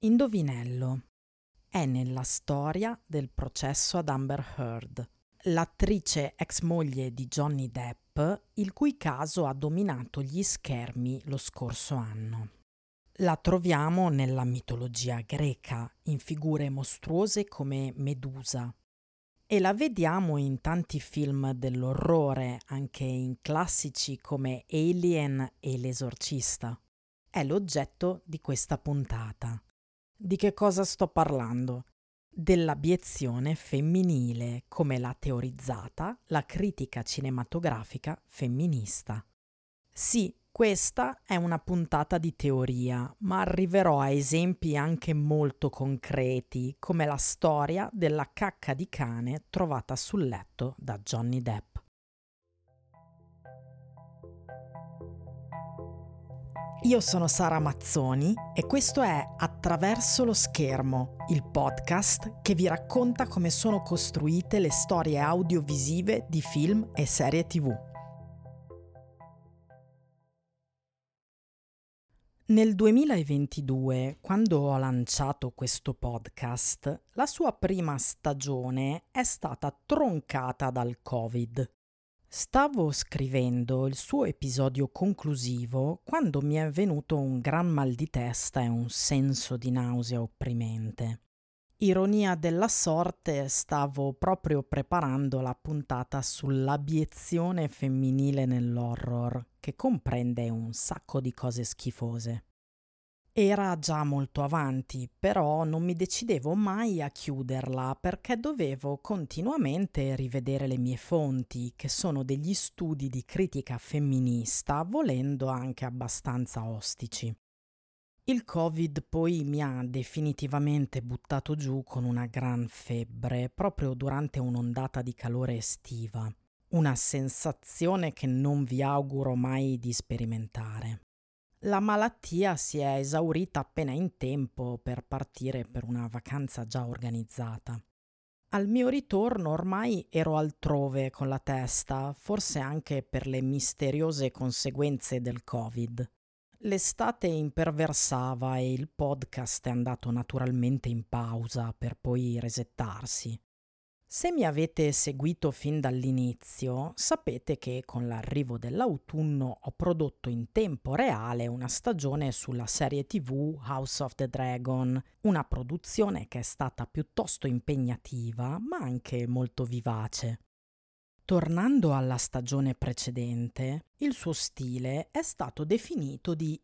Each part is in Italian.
Indovinello. È nella storia del processo ad Amber Heard, l'attrice ex moglie di Johnny Depp, il cui caso ha dominato gli schermi lo scorso anno. La troviamo nella mitologia greca, in figure mostruose come Medusa, e la vediamo in tanti film dell'orrore, anche in classici come Alien e L'Esorcista. È l'oggetto di questa puntata. Di che cosa sto parlando? Dell'abiezione femminile, come l'ha teorizzata la critica cinematografica femminista. Sì, questa è una puntata di teoria, ma arriverò a esempi anche molto concreti, come la storia della cacca di cane trovata sul letto da Johnny Depp. Io sono Sara Mazzoni e questo è Attraverso lo schermo, il podcast che vi racconta come sono costruite le storie audiovisive di film e serie TV. Nel 2022, quando ho lanciato questo podcast, la sua prima stagione è stata troncata dal Covid. Stavo scrivendo il suo episodio conclusivo quando mi è venuto un gran mal di testa e un senso di nausea opprimente. Ironia della sorte, stavo proprio preparando la puntata sull'abiezione femminile nell'horror, che comprende un sacco di cose schifose. Era già molto avanti, però non mi decidevo mai a chiuderla perché dovevo continuamente rivedere le mie fonti, che sono degli studi di critica femminista, volendo anche abbastanza ostici. Il Covid poi mi ha definitivamente buttato giù con una gran febbre, proprio durante un'ondata di calore estiva. Una sensazione che non vi auguro mai di sperimentare. La malattia si è esaurita appena in tempo per partire per una vacanza già organizzata. Al mio ritorno ormai ero altrove con la testa, forse anche per le misteriose conseguenze del Covid. L'estate imperversava e il podcast è andato naturalmente in pausa per poi resettarsi. Se mi avete seguito fin dall'inizio, sapete che con l'arrivo dell'autunno ho prodotto in tempo reale una stagione sulla serie TV House of the Dragon, una produzione che è stata piuttosto impegnativa, ma anche molto vivace. Tornando alla stagione precedente, il suo stile è stato definito di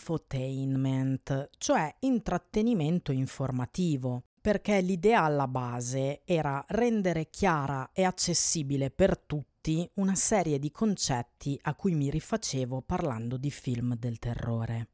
infotainment, cioè intrattenimento informativo, perché l'idea alla base era rendere chiara e accessibile per tutti una serie di concetti a cui mi rifacevo parlando di film del terrore.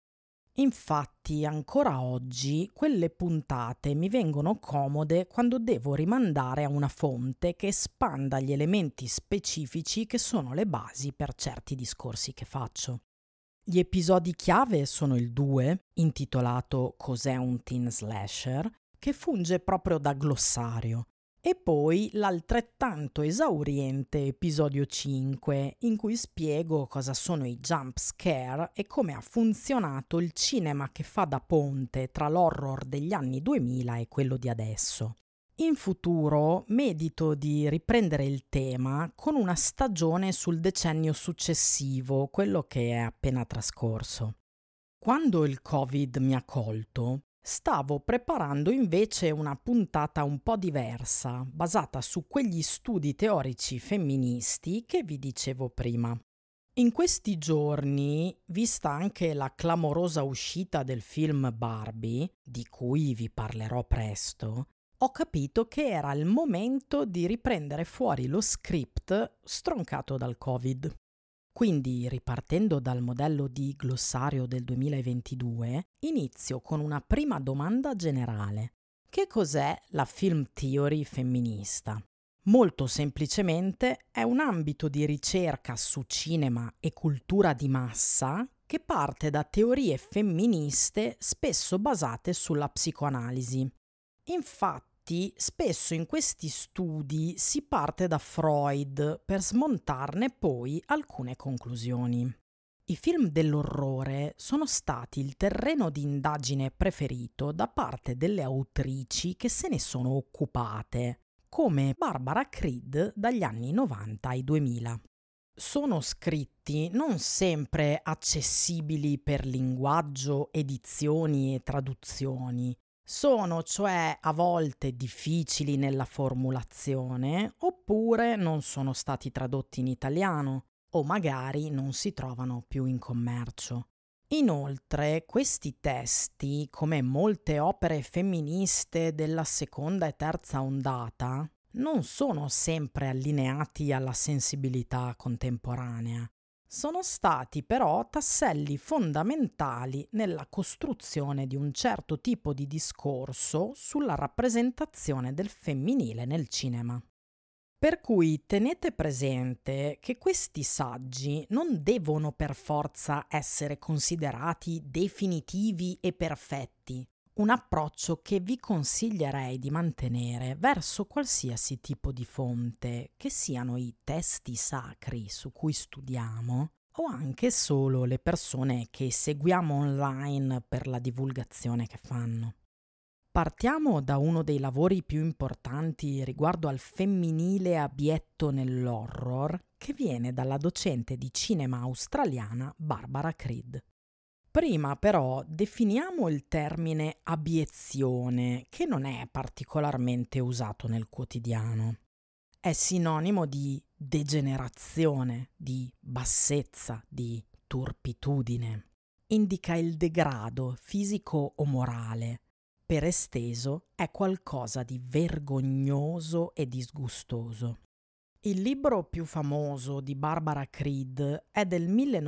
Infatti, ancora oggi, quelle puntate mi vengono comode quando devo rimandare a una fonte che espanda gli elementi specifici che sono le basi per certi discorsi che faccio. Gli episodi chiave sono il 2, intitolato Cos'è un teen slasher, che funge proprio da glossario, e poi l'altrettanto esauriente episodio 5, in cui spiego cosa sono i jump scare e come ha funzionato il cinema che fa da ponte tra l'horror degli anni 2000 e quello di adesso. In futuro medito di riprendere il tema con una stagione sul decennio successivo, quello che è appena trascorso. Quando il Covid mi ha colto, stavo preparando invece una puntata un po' diversa, basata su quegli studi teorici femministi che vi dicevo prima. In questi giorni, vista anche la clamorosa uscita del film Barbie, di cui vi parlerò presto, ho capito che era il momento di riprendere fuori lo script stroncato dal Covid. Quindi, ripartendo dal modello di glossario del 2022, inizio con una prima domanda generale. Che cos'è la film theory femminista? Molto semplicemente è un ambito di ricerca su cinema e cultura di massa che parte da teorie femministe spesso basate sulla psicoanalisi. Infatti, spesso in questi studi si parte da Freud per smontarne poi alcune conclusioni. I film dell'orrore sono stati il terreno di indagine preferito da parte delle autrici che se ne sono occupate, come Barbara Creed dagli anni 90 ai 2000. Sono scritti non sempre accessibili per linguaggio, edizioni e traduzioni. Sono cioè a volte difficili nella formulazione oppure non sono stati tradotti in italiano o magari non si trovano più in commercio. Inoltre, questi testi, come molte opere femministe della seconda e terza ondata, non sono sempre allineati alla sensibilità contemporanea. Sono stati però tasselli fondamentali nella costruzione di un certo tipo di discorso sulla rappresentazione del femminile nel cinema. Per cui tenete presente che questi saggi non devono per forza essere considerati definitivi e perfetti, un approccio che vi consiglierei di mantenere verso qualsiasi tipo di fonte, che siano i testi sacri su cui studiamo o anche solo le persone che seguiamo online per la divulgazione che fanno. Partiamo da uno dei lavori più importanti riguardo al femminile abietto nell'horror, che viene dalla docente di cinema australiana Barbara Creed. Prima però definiamo il termine abiezione, che non è particolarmente usato nel quotidiano. È sinonimo di degenerazione, di bassezza, di turpitudine. Indica il degrado fisico o morale. Per esteso è qualcosa di vergognoso e disgustoso. Il libro più famoso di Barbara Creed è del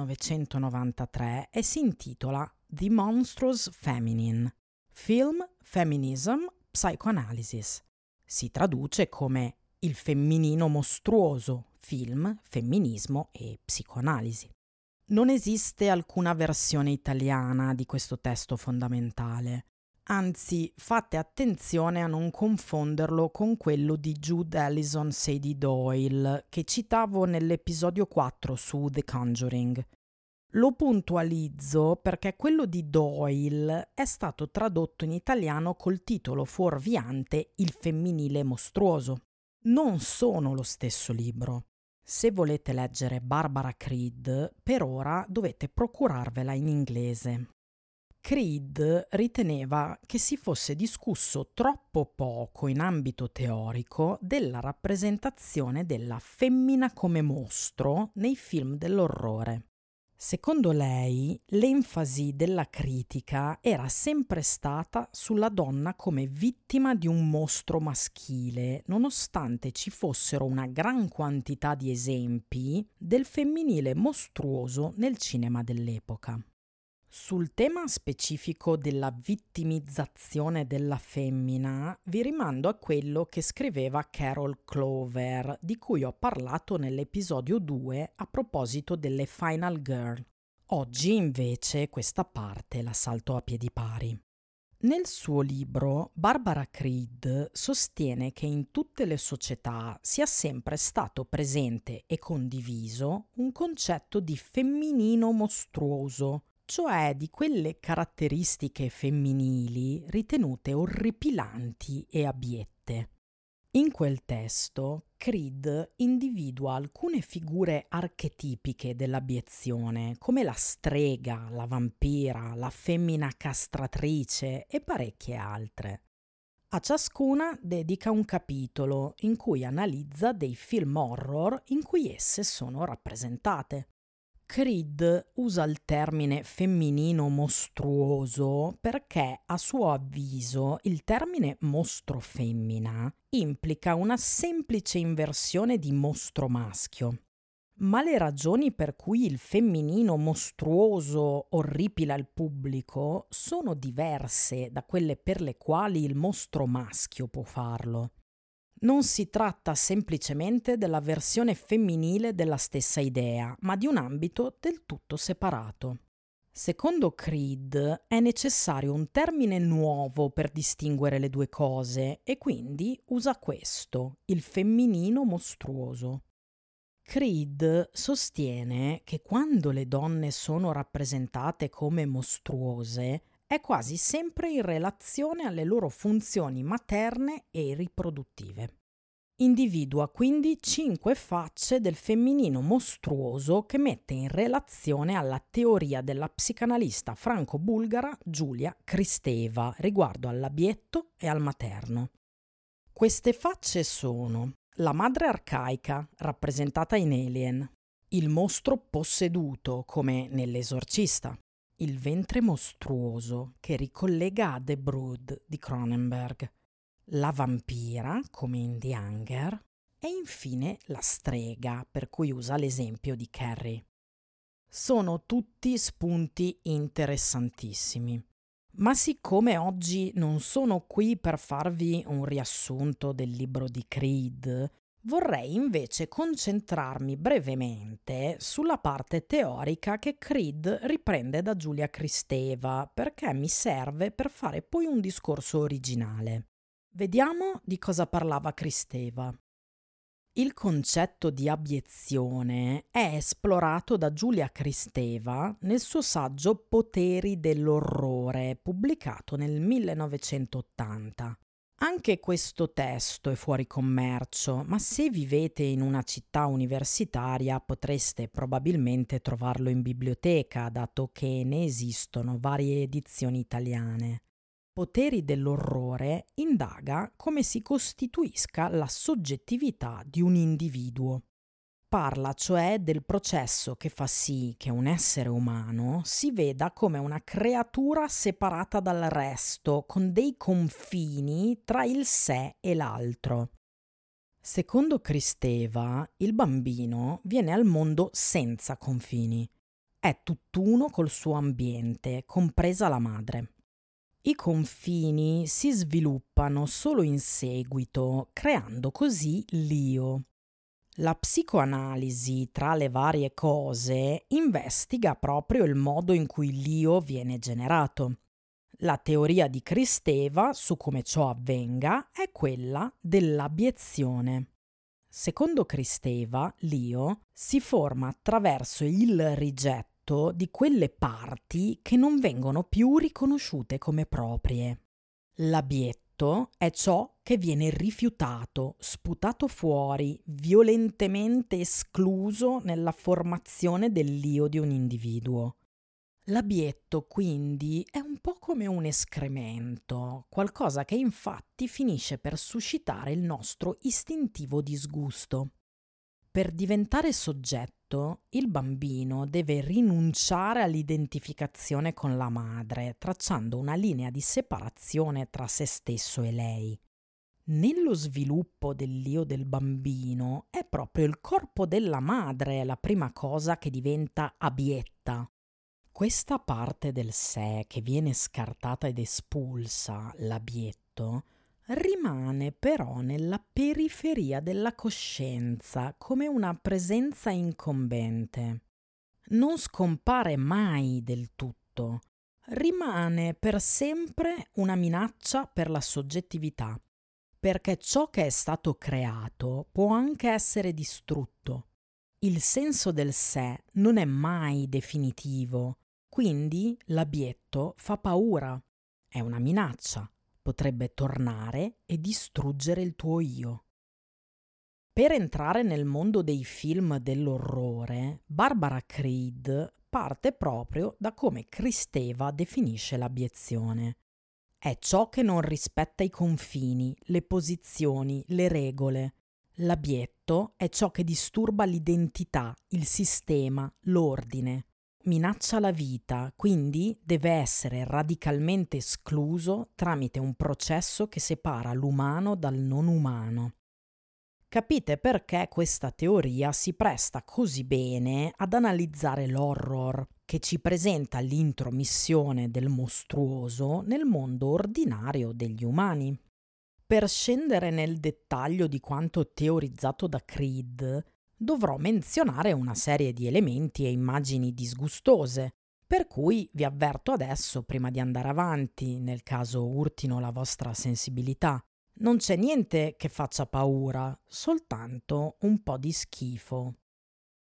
1993 e si intitola The Monstrous Feminine, Film, Feminism, Psychoanalysis. Si traduce come Il femminino mostruoso, film, femminismo e psicoanalisi. Non esiste alcuna versione italiana di questo testo fondamentale. Anzi, fate attenzione a non confonderlo con quello di Jude Allison Sadie Doyle, che citavo nell'episodio 4 su The Conjuring. Lo puntualizzo perché quello di Doyle è stato tradotto in italiano col titolo fuorviante Il femminile mostruoso. Non sono lo stesso libro. Se volete leggere Barbara Creed, per ora dovete procurarvela in inglese. Creed riteneva che si fosse discusso troppo poco in ambito teorico della rappresentazione della femmina come mostro nei film dell'orrore. Secondo lei, l'enfasi della critica era sempre stata sulla donna come vittima di un mostro maschile, nonostante ci fossero una gran quantità di esempi del femminile mostruoso nel cinema dell'epoca. Sul tema specifico della vittimizzazione della femmina vi rimando a quello che scriveva Carol Clover, di cui ho parlato nell'episodio 2 a proposito delle Final Girl. Oggi invece questa parte la salto a piedi pari. Nel suo libro Barbara Creed sostiene che in tutte le società sia sempre stato presente e condiviso un concetto di femminino mostruoso, cioè di quelle caratteristiche femminili ritenute orripilanti e abiette. In quel testo, Creed individua alcune figure archetipiche dell'abiezione, come la strega, la vampira, la femmina castratrice e parecchie altre. A ciascuna dedica un capitolo in cui analizza dei film horror in cui esse sono rappresentate. Creed usa il termine femminino mostruoso perché, a suo avviso, il termine mostro femmina implica una semplice inversione di mostro maschio. Ma le ragioni per cui il femminino mostruoso orripila il pubblico sono diverse da quelle per le quali il mostro maschio può farlo. Non si tratta semplicemente della versione femminile della stessa idea, ma di un ambito del tutto separato. Secondo Creed è necessario un termine nuovo per distinguere le due cose e quindi usa questo, il femminino mostruoso. Creed sostiene che quando le donne sono rappresentate come mostruose è quasi sempre in relazione alle loro funzioni materne e riproduttive. Individua quindi 5 facce del femminino mostruoso che mette in relazione alla teoria della psicanalista franco-bulgara Giulia Kristeva riguardo all'abietto e al materno. Queste facce sono la madre arcaica, rappresentata in Alien, il mostro posseduto, come nell'Esorcista, il ventre mostruoso, che ricollega a The Brood di Cronenberg, la vampira, come in The Hunger, e infine la strega, per cui usa l'esempio di Carrie. Sono tutti spunti interessantissimi. Ma siccome oggi non sono qui per farvi un riassunto del libro di Creed, vorrei invece concentrarmi brevemente sulla parte teorica che Creed riprende da Giulia Kristeva, perché mi serve per fare poi un discorso originale. Vediamo di cosa parlava Kristeva. Il concetto di abiezione è esplorato da Giulia Kristeva nel suo saggio Poteri dell'orrore, pubblicato nel 1980. Anche questo testo è fuori commercio, ma se vivete in una città universitaria potreste probabilmente trovarlo in biblioteca, dato che ne esistono varie edizioni italiane. Poteri dell'orrore indaga come si costituisca la soggettività di un individuo. Parla cioè del processo che fa sì che un essere umano si veda come una creatura separata dal resto, con dei confini tra il sé e l'altro. Secondo Kristeva, il bambino viene al mondo senza confini. È tutt'uno col suo ambiente, compresa la madre. I confini si sviluppano solo in seguito, creando così l'io. La psicoanalisi, tra le varie cose, investiga proprio il modo in cui l'io viene generato. La teoria di Kristeva su come ciò avvenga è quella dell'abiezione. Secondo Kristeva, l'io si forma attraverso il rigetto di quelle parti che non vengono più riconosciute come proprie. L'abietto è ciò che viene rifiutato, sputato fuori, violentemente escluso nella formazione dell'io di un individuo. L'abietto, quindi, è un po' come un escremento, qualcosa che infatti finisce per suscitare il nostro istintivo disgusto. Per diventare soggetto, il bambino deve rinunciare all'identificazione con la madre, tracciando una linea di separazione tra se stesso e lei. Nello sviluppo dell'io del bambino è proprio il corpo della madre la prima cosa che diventa abietta. Questa parte del sé che viene scartata ed espulsa, l'abietto, rimane però nella periferia della coscienza come una presenza incombente. Non scompare mai del tutto, rimane per sempre una minaccia per la soggettività, perché ciò che è stato creato può anche essere distrutto. Il senso del sé non è mai definitivo, quindi l'abietto fa paura, è una minaccia. Potrebbe tornare e distruggere il tuo io. Per entrare nel mondo dei film dell'orrore, Barbara Creed parte proprio da come Kristeva definisce l'abiezione. È ciò che non rispetta i confini, le posizioni, le regole. L'abietto è ciò che disturba l'identità, il sistema, l'ordine. Minaccia la vita, quindi deve essere radicalmente escluso tramite un processo che separa l'umano dal non umano. Capite perché questa teoria si presta così bene ad analizzare l'horror, che ci presenta l'intromissione del mostruoso nel mondo ordinario degli umani. Per scendere nel dettaglio di quanto teorizzato da Creed, dovrò menzionare una serie di elementi e immagini disgustose, per cui vi avverto adesso prima di andare avanti, nel caso urtino la vostra sensibilità. Non c'è niente che faccia paura, soltanto un po' di schifo.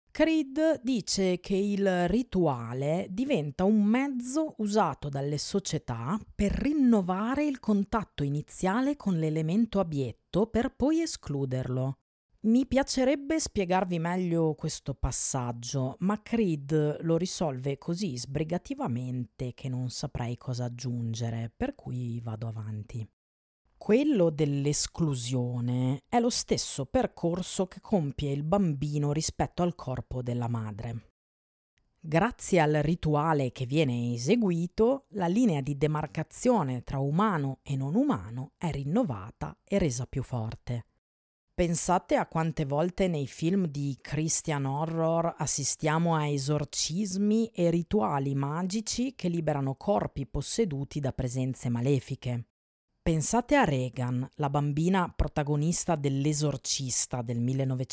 Creed dice che il rituale diventa un mezzo usato dalle società per rinnovare il contatto iniziale con l'elemento abietto per poi escluderlo. Mi piacerebbe spiegarvi meglio questo passaggio, ma Creed lo risolve così sbrigativamente che non saprei cosa aggiungere, per cui vado avanti. Quello dell'esclusione è lo stesso percorso che compie il bambino rispetto al corpo della madre. Grazie al rituale che viene eseguito, la linea di demarcazione tra umano e non umano è rinnovata e resa più forte. Pensate a quante volte nei film di Christian Horror assistiamo a esorcismi e rituali magici che liberano corpi posseduti da presenze malefiche. Pensate a Regan, la bambina protagonista dell'Esorcista del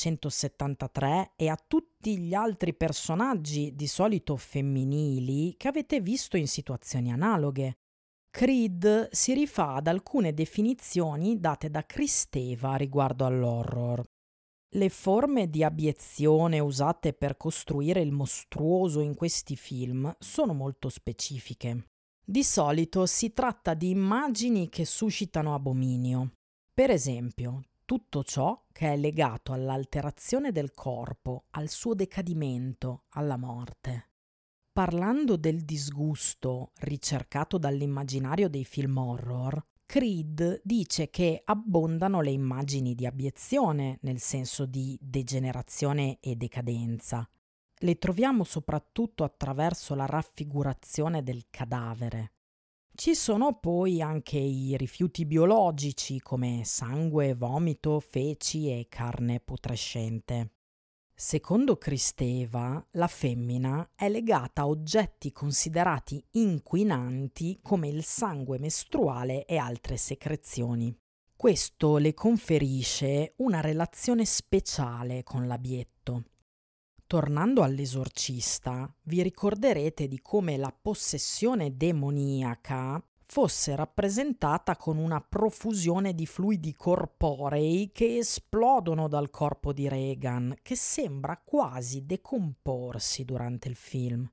1973, e a tutti gli altri personaggi, di solito femminili, che avete visto in situazioni analoghe. Creed si rifà ad alcune definizioni date da Kristeva riguardo all'horror. Le forme di abiezione usate per costruire il mostruoso in questi film sono molto specifiche. Di solito si tratta di immagini che suscitano abominio. Per esempio, tutto ciò che è legato all'alterazione del corpo, al suo decadimento, alla morte. Parlando del disgusto ricercato dall'immaginario dei film horror, Creed dice che abbondano le immagini di abiezione, nel senso di degenerazione e decadenza. Le troviamo soprattutto attraverso la raffigurazione del cadavere. Ci sono poi anche i rifiuti biologici come sangue, vomito, feci e carne putrescente. Secondo Kristeva, la femmina è legata a oggetti considerati inquinanti come il sangue mestruale e altre secrezioni. Questo le conferisce una relazione speciale con l'abietto. Tornando all'esorcista, vi ricorderete di come la possessione demoniaca fosse rappresentata con una profusione di fluidi corporei che esplodono dal corpo di Regan, che sembra quasi decomporsi durante il film.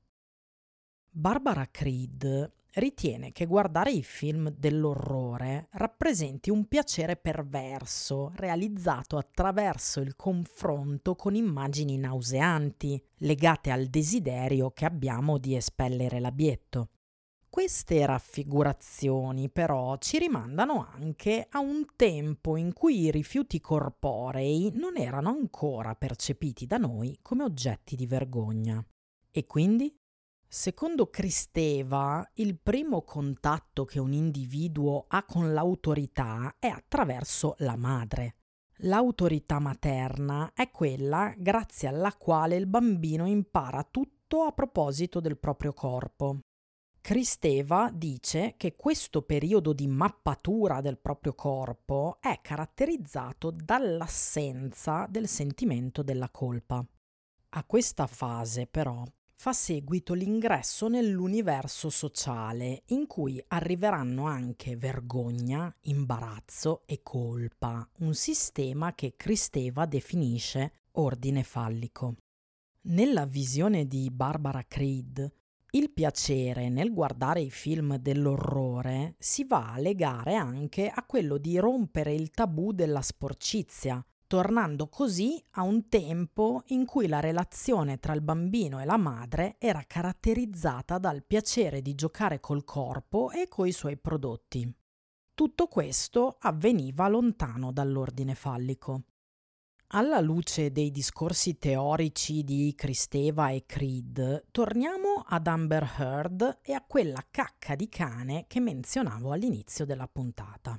Barbara Creed ritiene che guardare i film dell'orrore rappresenti un piacere perverso realizzato attraverso il confronto con immagini nauseanti legate al desiderio che abbiamo di espellere l'abietto. Queste raffigurazioni però ci rimandano anche a un tempo in cui i rifiuti corporei non erano ancora percepiti da noi come oggetti di vergogna. E quindi? Secondo Kristeva, il primo contatto che un individuo ha con l'autorità è attraverso la madre. L'autorità materna è quella grazie alla quale il bambino impara tutto a proposito del proprio corpo. Kristeva dice che questo periodo di mappatura del proprio corpo è caratterizzato dall'assenza del sentimento della colpa. A questa fase, però, fa seguito l'ingresso nell'universo sociale, in cui arriveranno anche vergogna, imbarazzo e colpa, un sistema che Kristeva definisce ordine fallico. Nella visione di Barbara Creed, il piacere nel guardare i film dell'orrore si va a legare anche a quello di rompere il tabù della sporcizia, tornando così a un tempo in cui la relazione tra il bambino e la madre era caratterizzata dal piacere di giocare col corpo e coi suoi prodotti. Tutto questo avveniva lontano dall'ordine fallico. Alla luce dei discorsi teorici di Kristeva e Creed, torniamo ad Amber Heard e a quella cacca di cane che menzionavo all'inizio della puntata.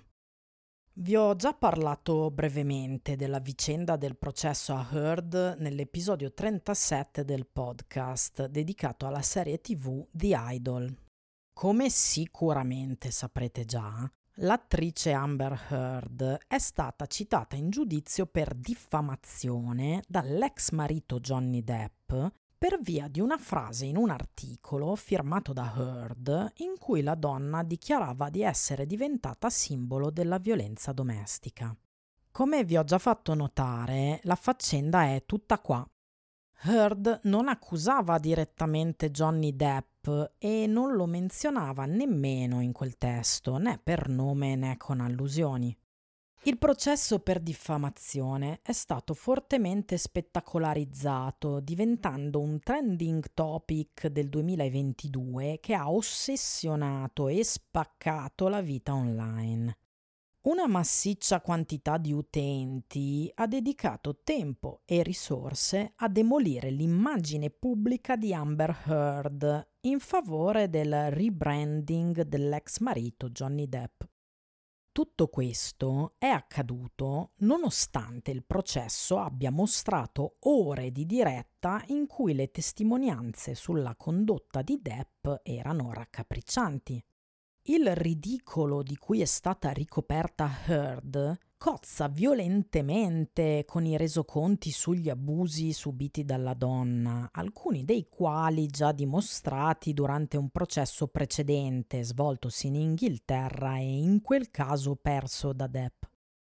Vi ho già parlato brevemente della vicenda del processo a Heard nell'episodio 37 del podcast dedicato alla serie TV The Idol. Come sicuramente saprete già, l'attrice Amber Heard è stata citata in giudizio per diffamazione dall'ex marito Johnny Depp per via di una frase in un articolo firmato da Heard in cui la donna dichiarava di essere diventata simbolo della violenza domestica. Come vi ho già fatto notare, la faccenda è tutta qua. Heard non accusava direttamente Johnny Depp e non lo menzionava nemmeno in quel testo, né per nome né con allusioni. Il processo per diffamazione è stato fortemente spettacolarizzato, diventando un trending topic del 2022 che ha ossessionato e spaccato la vita online. Una massiccia quantità di utenti ha dedicato tempo e risorse a demolire l'immagine pubblica di Amber Heard in favore del rebranding dell'ex marito Johnny Depp. Tutto questo è accaduto nonostante il processo abbia mostrato ore di diretta in cui le testimonianze sulla condotta di Depp erano raccapriccianti. Il ridicolo di cui è stata ricoperta Heard cozza violentemente con i resoconti sugli abusi subiti dalla donna, alcuni dei quali già dimostrati durante un processo precedente svoltosi in Inghilterra e in quel caso perso da Depp.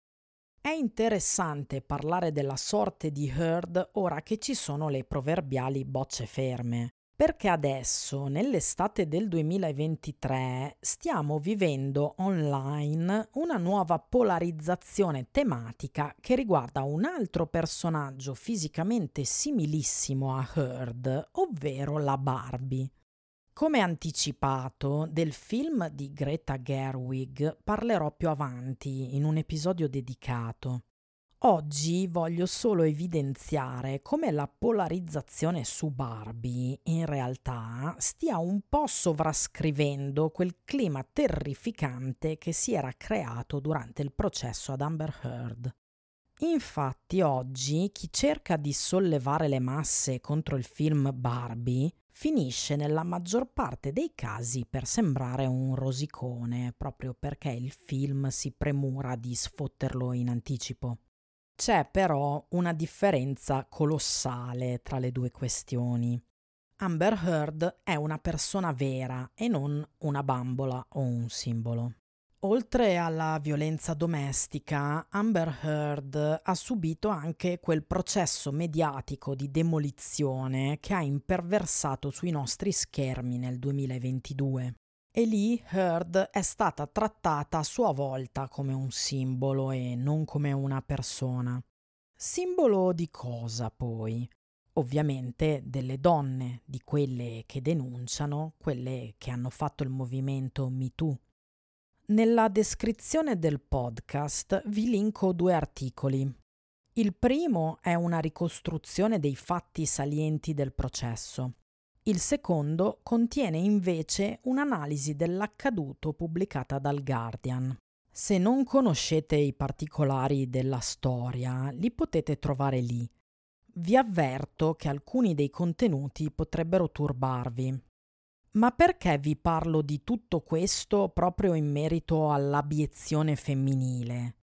È interessante parlare della sorte di Heard ora che ci sono le proverbiali bocce ferme. Perché adesso, nell'estate del 2023, stiamo vivendo online una nuova polarizzazione tematica che riguarda un altro personaggio fisicamente similissimo a Heard, ovvero la Barbie. Come anticipato, del film di Greta Gerwig parlerò più avanti in un episodio dedicato. Oggi voglio solo evidenziare come la polarizzazione su Barbie in realtà stia un po' sovrascrivendo quel clima terrificante che si era creato durante il processo ad Amber Heard. Infatti oggi chi cerca di sollevare le masse contro il film Barbie finisce nella maggior parte dei casi per sembrare un rosicone, proprio perché il film si premura di sfotterlo in anticipo. C'è però una differenza colossale tra le due questioni. Amber Heard è una persona vera e non una bambola o un simbolo. Oltre alla violenza domestica, Amber Heard ha subito anche quel processo mediatico di demolizione che ha imperversato sui nostri schermi nel 2022. E lì Heard è stata trattata a sua volta come un simbolo e non come una persona. Simbolo di cosa poi? Ovviamente delle donne, di quelle che denunciano, quelle che hanno fatto il movimento Me Too. Nella descrizione del podcast vi linko 2 articoli. Il primo è una ricostruzione dei fatti salienti del processo. Il secondo contiene invece un'analisi dell'accaduto pubblicata dal Guardian. Se non conoscete i particolari della storia, li potete trovare lì. Vi avverto che alcuni dei contenuti potrebbero turbarvi. Ma perché vi parlo di tutto questo proprio in merito all'abiezione femminile?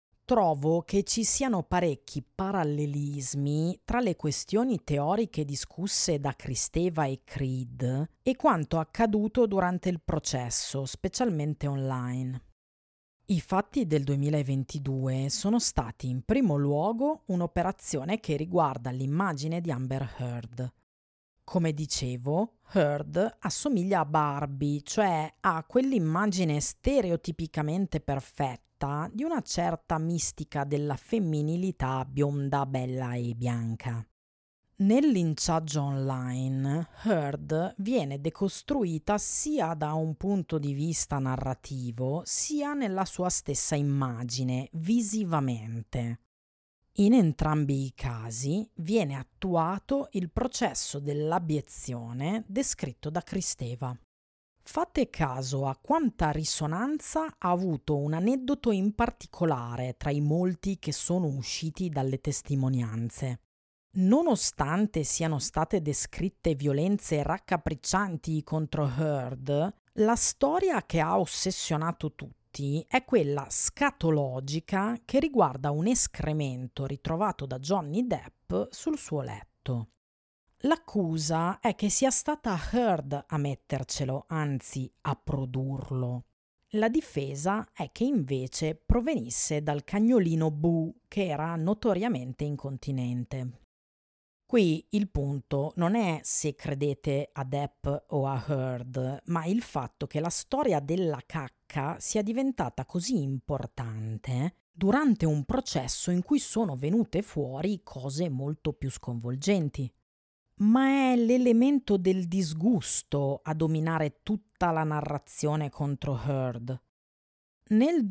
Trovo che ci siano parecchi parallelismi tra le questioni teoriche discusse da Kristeva e Creed e quanto accaduto durante il processo, specialmente online. I fatti del 2022 sono stati in primo luogo un'operazione che riguarda l'immagine di Amber Heard. Come dicevo, Heard assomiglia a Barbie, cioè a quell'immagine stereotipicamente perfetta di una certa mistica della femminilità bionda, bella e bianca. Nel linciaggio online, Heard viene decostruita sia da un punto di vista narrativo, sia nella sua stessa immagine, visivamente. In entrambi i casi viene attuato il processo dell'abiezione descritto da Kristeva. Fate caso a quanta risonanza ha avuto un aneddoto in particolare tra i molti che sono usciti dalle testimonianze. Nonostante siano state descritte violenze raccapriccianti contro Heard, la storia che ha ossessionato tutti è quella scatologica che riguarda un escremento ritrovato da Johnny Depp sul suo letto. L'accusa è che sia stata Heard a mettercelo, anzi a produrlo. La difesa è che invece provenisse dal cagnolino Boo, che era notoriamente incontinente. Qui il punto non è se credete a Depp o a Heard, ma il fatto che la storia della cacca sia diventata così importante durante un processo in cui sono venute fuori cose molto più sconvolgenti. Ma è l'elemento del disgusto a dominare tutta la narrazione contro Heard. Nel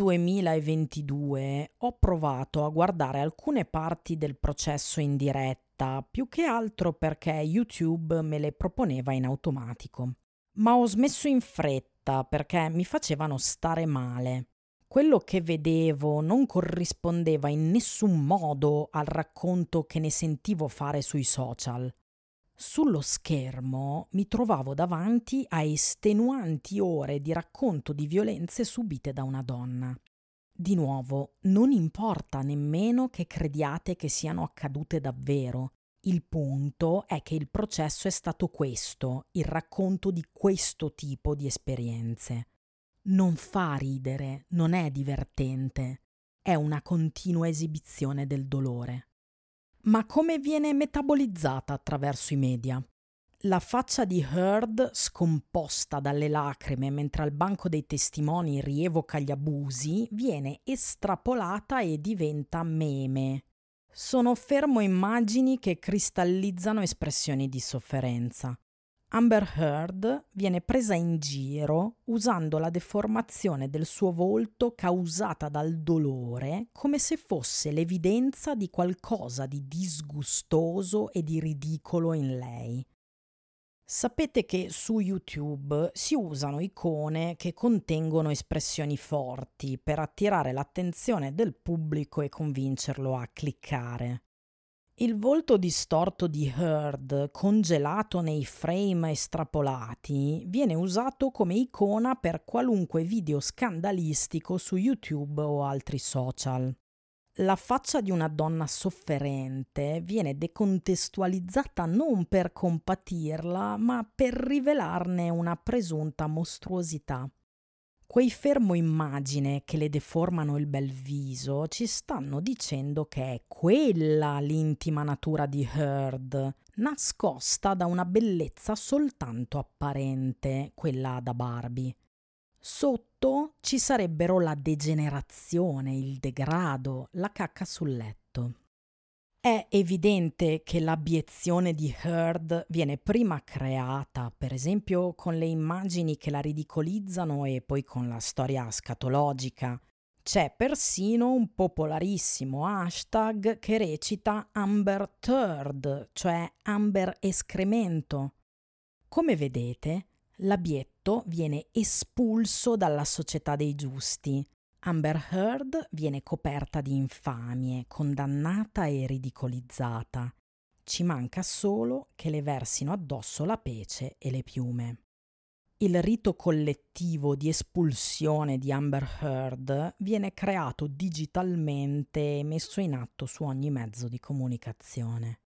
2022 ho provato a guardare alcune parti del processo in diretta, più che altro perché YouTube me le proponeva in automatico. Ma ho smesso in fretta perché mi facevano stare male. Quello che vedevo non corrispondeva in nessun modo al racconto che ne sentivo fare sui social. Sullo schermo mi trovavo davanti a estenuanti ore di racconto di violenze subite da una donna. Di nuovo, non importa nemmeno che crediate che siano accadute davvero. Il punto è che il processo è stato questo, il racconto di questo tipo di esperienze. Non fa ridere, non è divertente, è una continua esibizione del dolore. Ma come viene metabolizzata attraverso i media? La faccia di Heard, scomposta dalle lacrime mentre al banco dei testimoni rievoca gli abusi, viene estrapolata e diventa meme. Sono fermo immagini che cristallizzano espressioni di sofferenza. Amber Heard viene presa in giro usando la deformazione del suo volto causata dal dolore come se fosse l'evidenza di qualcosa di disgustoso e di ridicolo in lei. Sapete che su YouTube si usano icone che contengono espressioni forti per attirare l'attenzione del pubblico e convincerlo a cliccare. Il volto distorto di Heard, congelato nei frame estrapolati, viene usato come icona per qualunque video scandalistico su YouTube o altri social. La faccia di una donna sofferente viene decontestualizzata non per compatirla, ma per rivelarne una presunta mostruosità. Quei fermo immagine che le deformano il bel viso ci stanno dicendo che è quella l'intima natura di Heard, nascosta da una bellezza soltanto apparente, quella da Barbie. Sotto ci sarebbero la degenerazione, il degrado, la cacca sul letto. È evidente che l'abiezione di Heard viene prima creata, per esempio con le immagini che la ridicolizzano e poi con la storia scatologica. C'è persino un popolarissimo hashtag che recita Amber Turd, cioè Amber escremento. Come vedete, l'abietto viene espulso dalla società dei giusti. Amber Heard viene coperta di infamie, condannata e ridicolizzata. Ci manca solo che le versino addosso la pece e le piume. Il rito collettivo di espulsione di Amber Heard viene creato digitalmente e messo in atto su ogni mezzo di comunicazione.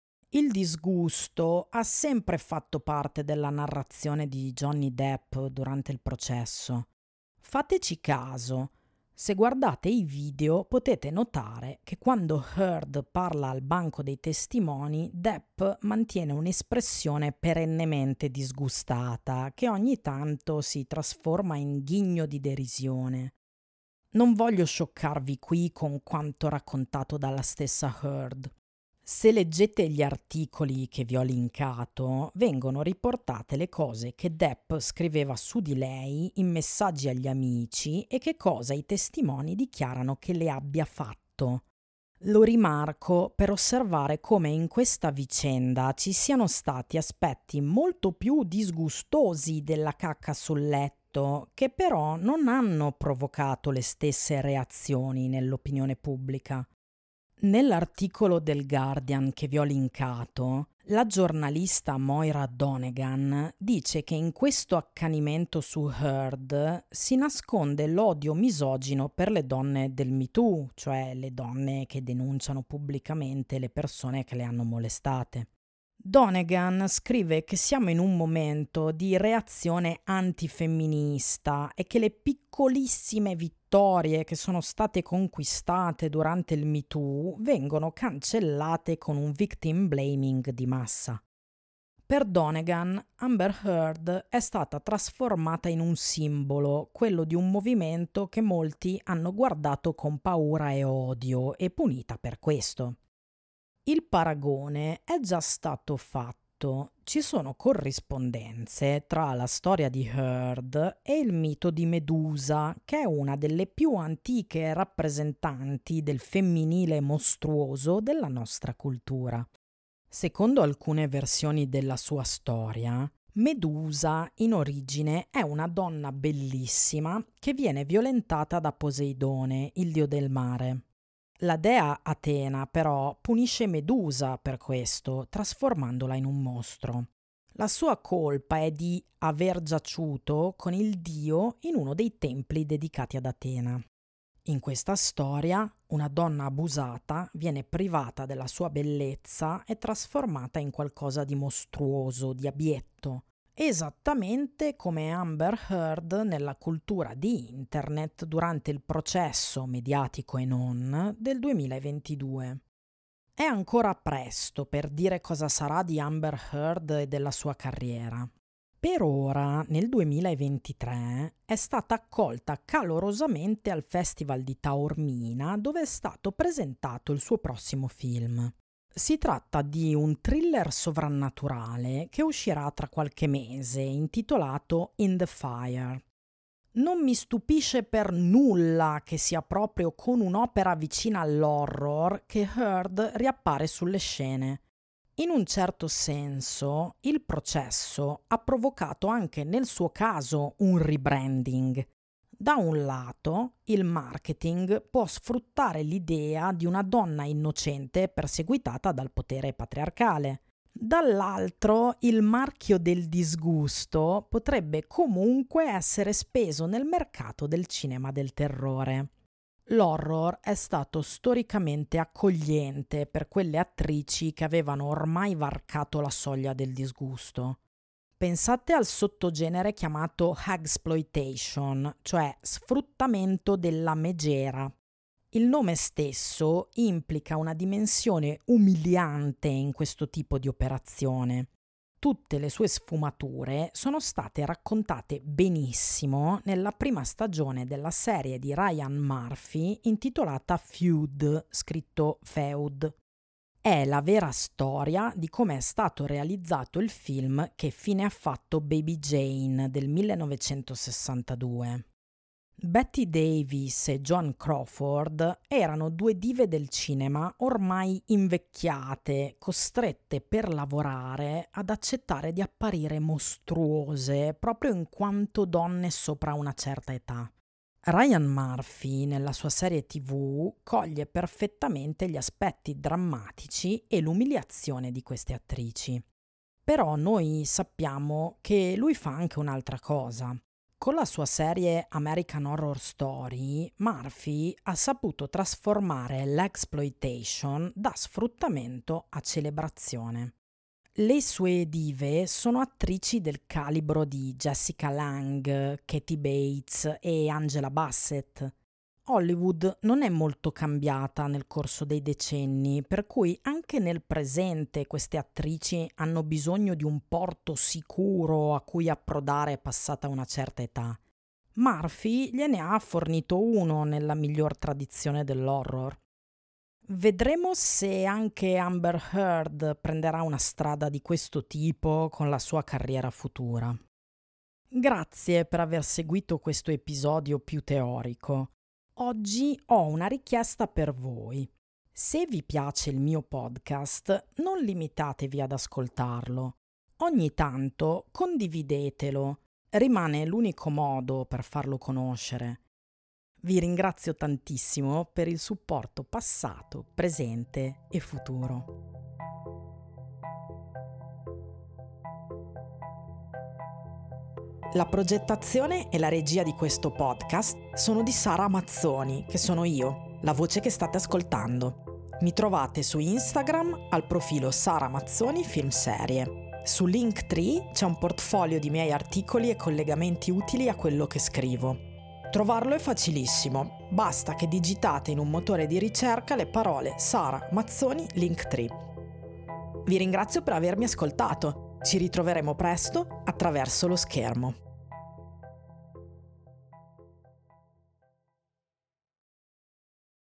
Il disgusto ha sempre fatto parte della narrazione di Johnny Depp durante il processo. Fateci caso. Se guardate i video potete notare che quando Heard parla al banco dei testimoni, Depp mantiene un'espressione perennemente disgustata che ogni tanto si trasforma in ghigno di derisione. Non voglio scioccarvi qui con quanto raccontato dalla stessa Heard. Se leggete gli articoli che vi ho linkato, vengono riportate le cose che Depp scriveva su di lei in messaggi agli amici e che cosa i testimoni dichiarano che le abbia fatto. Lo rimarco per osservare come in questa vicenda ci siano stati aspetti molto più disgustosi della cacca sul letto, che però non hanno provocato le stesse reazioni nell'opinione pubblica. Nell'articolo del Guardian che vi ho linkato, la giornalista Moira Donegan dice che in questo accanimento su Heard si nasconde l'odio misogino per le donne del Me Too, cioè le donne che denunciano pubblicamente le persone che le hanno molestate. Donegan scrive che siamo in un momento di reazione antifemminista e che le piccolissime vittorie storie che sono state conquistate durante il Me Too vengono cancellate con un victim blaming di massa. Per Donegan, Amber Heard è stata trasformata in un simbolo, quello di un movimento che molti hanno guardato con paura e odio e punita per questo. Il paragone è già stato fatto. Ci sono corrispondenze tra la storia di Heard e il mito di Medusa, che è una delle più antiche rappresentanti del femminile mostruoso della nostra cultura. Secondo alcune versioni della sua storia, Medusa in origine è una donna bellissima che viene violentata da Poseidone, il dio del mare. La dea Atena però punisce Medusa per questo, trasformandola in un mostro. La sua colpa è di aver giaciuto con il dio in uno dei templi dedicati ad Atena. In questa storia, una donna abusata viene privata della sua bellezza e trasformata in qualcosa di mostruoso, di abietto, esattamente come Amber Heard nella cultura di Internet durante il processo mediatico e non del 2022. È ancora presto per dire cosa sarà di Amber Heard e della sua carriera. Per ora, nel 2023, è stata accolta calorosamente al Festival di Taormina, dove è stato presentato il suo prossimo film. Si tratta di un thriller sovrannaturale che uscirà tra qualche mese, intitolato In the Fire. Non mi stupisce per nulla che sia proprio con un'opera vicina all'horror che Heard riappare sulle scene. In un certo senso, il processo ha provocato anche nel suo caso un rebranding. Da un lato, il marketing può sfruttare l'idea di una donna innocente perseguitata dal potere patriarcale. Dall'altro, il marchio del disgusto potrebbe comunque essere speso nel mercato del cinema del terrore. L'horror è stato storicamente accogliente per quelle attrici che avevano ormai varcato la soglia del disgusto. Pensate al sottogenere chiamato hagsploitation, cioè sfruttamento della megera. Il nome stesso implica una dimensione umiliante in questo tipo di operazione. Tutte le sue sfumature sono state raccontate benissimo nella prima stagione della serie di Ryan Murphy intitolata Feud, scritto Feud. È la vera storia di come è stato realizzato il film Che fine ha fatto Baby Jane del 1962. Betty Davis e Joan Crawford erano due dive del cinema ormai invecchiate, costrette per lavorare ad accettare di apparire mostruose proprio in quanto donne sopra una certa età. Ryan Murphy, nella sua serie TV, coglie perfettamente gli aspetti drammatici e l'umiliazione di queste attrici. Però noi sappiamo che lui fa anche un'altra cosa. Con la sua serie American Horror Story, Murphy ha saputo trasformare l'exploitation da sfruttamento a celebrazione. Le sue dive sono attrici del calibro di Jessica Lange, Kathy Bates e Angela Bassett. Hollywood non è molto cambiata nel corso dei decenni, per cui anche nel presente queste attrici hanno bisogno di un porto sicuro a cui approdare passata una certa età. Murphy gliene ha fornito uno nella miglior tradizione dell'horror. Vedremo se anche Amber Heard prenderà una strada di questo tipo con la sua carriera futura. Grazie per aver seguito questo episodio più teorico. Oggi ho una richiesta per voi. Se vi piace il mio podcast, non limitatevi ad ascoltarlo. Ogni tanto condividetelo, rimane l'unico modo per farlo conoscere. Vi ringrazio tantissimo per il supporto passato, presente e futuro. La progettazione e la regia di questo podcast sono di Sara Mazzoni, che sono io, la voce che state ascoltando. Mi trovate su Instagram al profilo Sara Mazzoni Film Serie. Su Linktree c'è un portfolio di miei articoli e collegamenti utili a quello che scrivo. Trovarlo è facilissimo, basta che digitate in un motore di ricerca le parole Sara Mazzoni Linktree. Vi ringrazio per avermi ascoltato, ci ritroveremo presto attraverso lo schermo.